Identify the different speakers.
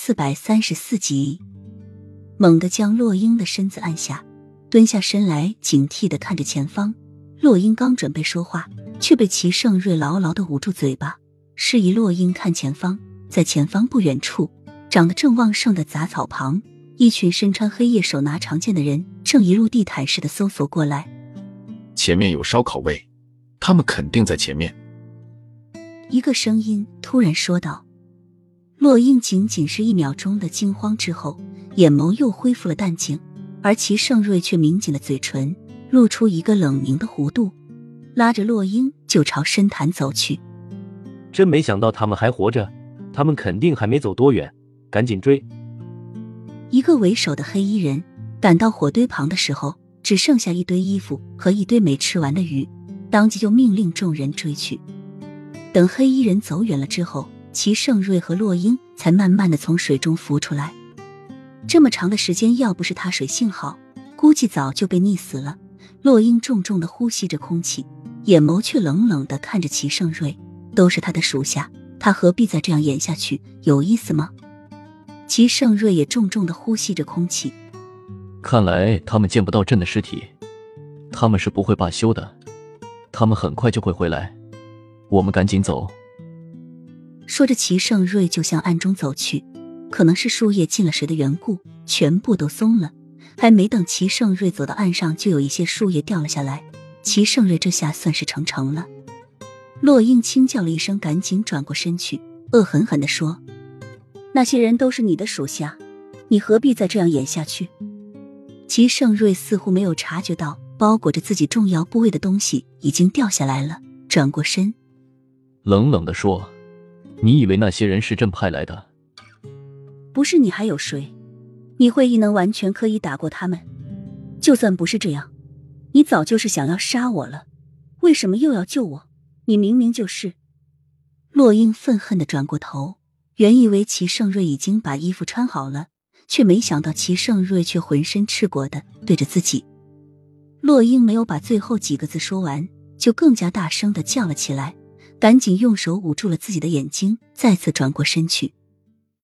Speaker 1: 434集。猛地将洛英的身子按下，蹲下身来，警惕地看着前方。洛英刚准备说话，却被齐盛瑞牢牢地捂住嘴巴，示意洛英看前方。在前方不远处，长得正旺盛的杂草旁，一群身穿黑夜手拿长剑的人正一路地毯式的搜索过来。
Speaker 2: 前面有烧烤味，他们肯定在前面。
Speaker 1: 一个声音突然说道。洛英仅仅是1秒钟的惊慌之后，眼眸又恢复了淡静，而齐盛瑞却抿紧了嘴唇，露出一个冷凝的弧度，拉着洛英就朝深潭走去。
Speaker 3: 真没想到他们还活着，他们肯定还没走多远，赶紧追。
Speaker 1: 一个为首的黑衣人赶到火堆旁的时候，只剩下一堆衣服和一堆没吃完的鱼，当即就命令众人追去。等黑衣人走远了之后，齐盛瑞和洛英才慢慢地从水中浮出来。这么长的时间，要不是他水性好，估计早就被溺死了。洛英重重地呼吸着空气，眼眸却冷冷地看着齐盛瑞。都是他的属下，他何必再这样演下去？有意思吗？齐盛瑞也重重地呼吸着空气。
Speaker 3: 看来他们见不到朕的尸体，他们是不会罢休的，他们很快就会回来，我们赶紧走。
Speaker 1: 说着，齐盛瑞就向暗中走去。可能是树叶进了水的缘故，全部都松了。还没等齐盛瑞走到岸上，就有一些树叶掉了下来。齐盛瑞这下算是成了。洛英轻叫了一声，赶紧转过身去，恶狠狠地说：那些人都是你的属下，你何必再这样演下去？齐盛瑞似乎没有察觉到包裹着自己重要部位的东西已经掉下来了，转过身
Speaker 3: 冷冷地说：你以为那些人是朕派来的？
Speaker 1: 不是你还有谁？你会异能完全可以打过他们。就算不是这样，你早就是想要杀我了，为什么又要救我？你明明就是……洛英愤恨地转过头，原以为齐盛瑞已经把衣服穿好了，却没想到齐盛瑞却浑身赤裸地对着自己。洛英没有把最后几个字说完，就更加大声地叫了起来，赶紧用手捂住了自己的眼睛，再次转过身去。